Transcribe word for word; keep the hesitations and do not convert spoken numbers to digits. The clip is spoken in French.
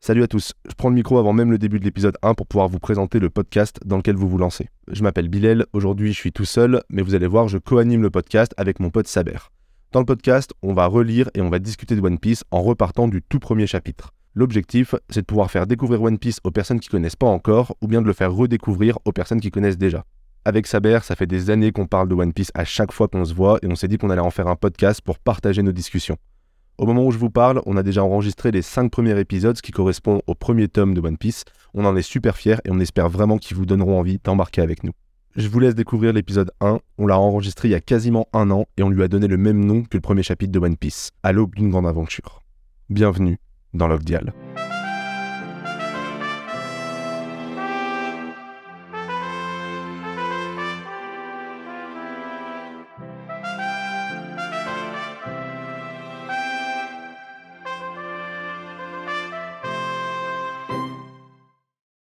Salut à tous, je prends le micro avant même le début de l'épisode un pour pouvoir vous présenter le podcast dans lequel vous vous lancez. Je m'appelle Bilal, aujourd'hui je suis tout seul, mais vous allez voir, je co-anime le podcast avec mon pote Saber. Dans le podcast, on va relire et on va discuter de One Piece en repartant du tout premier chapitre. L'objectif, c'est de pouvoir faire découvrir One Piece aux personnes qui connaissent pas encore, ou bien de le faire redécouvrir aux personnes qui connaissent déjà. Avec Saber, ça fait des années qu'on parle de One Piece à chaque fois qu'on se voit, et on s'est dit qu'on allait en faire un podcast pour partager nos discussions. Au moment où je vous parle, on a déjà enregistré les cinq premiers épisodes, ce qui correspond au premier tome de One Piece. On en est super fiers et on espère vraiment qu'ils vous donneront envie d'embarquer avec nous. Je vous laisse découvrir l'épisode un, on l'a enregistré il y a quasiment un an et on lui a donné le même nom que le premier chapitre de One Piece, à l'aube d'une grande aventure. Bienvenue dans Log Dial.